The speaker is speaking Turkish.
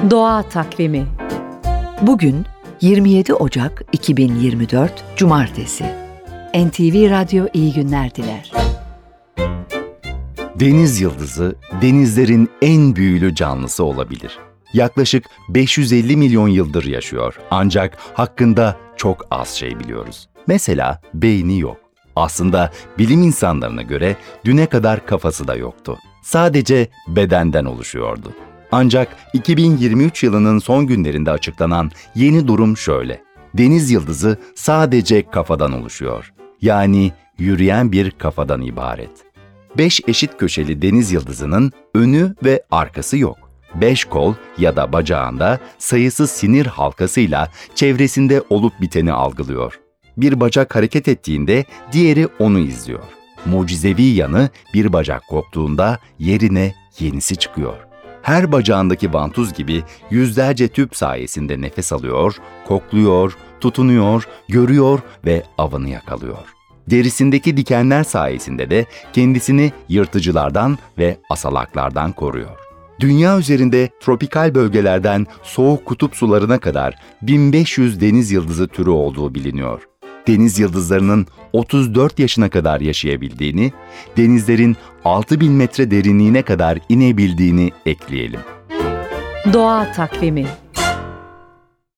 Doğa Takvimi. Bugün 27 Ocak 2024 Cumartesi. NTV Radyo iyi günler diler. Deniz yıldızı, denizlerin en büyülü canlısı olabilir. Yaklaşık 550 milyon yıldır yaşıyor. Ancak hakkında çok az şey biliyoruz. Mesela beyni yok. Aslında bilim insanlarına göre düne kadar kafası da yoktu. Sadece bedenden oluşuyordu. Ancak 2023 yılının son günlerinde açıklanan yeni durum şöyle. Deniz yıldızı sadece kafadan oluşuyor. Yani yürüyen bir kafadan ibaret. 5 eşit köşeli deniz yıldızının önü ve arkası yok. 5 kol ya da bacağında sayısız sinir halkasıyla çevresinde olup biteni algılıyor. Bir bacak hareket ettiğinde diğeri onu izliyor. Mucizevi yanı bir bacak koptuğunda yerine yenisi çıkıyor. Her bacağındaki vantuz gibi yüzlerce tüp sayesinde nefes alıyor, kokluyor, tutunuyor, görüyor ve avını yakalıyor. Derisindeki dikenler sayesinde de kendisini yırtıcılardan ve asalaklardan koruyor. Dünya üzerinde tropikal bölgelerden soğuk kutup sularına kadar 1500 deniz yıldızı türü olduğu biliniyor. Deniz yıldızlarının 34 yaşına kadar yaşayabildiğini, denizlerin 6000 metre derinliğine kadar inebildiğini ekleyelim. Doğa Takvimi.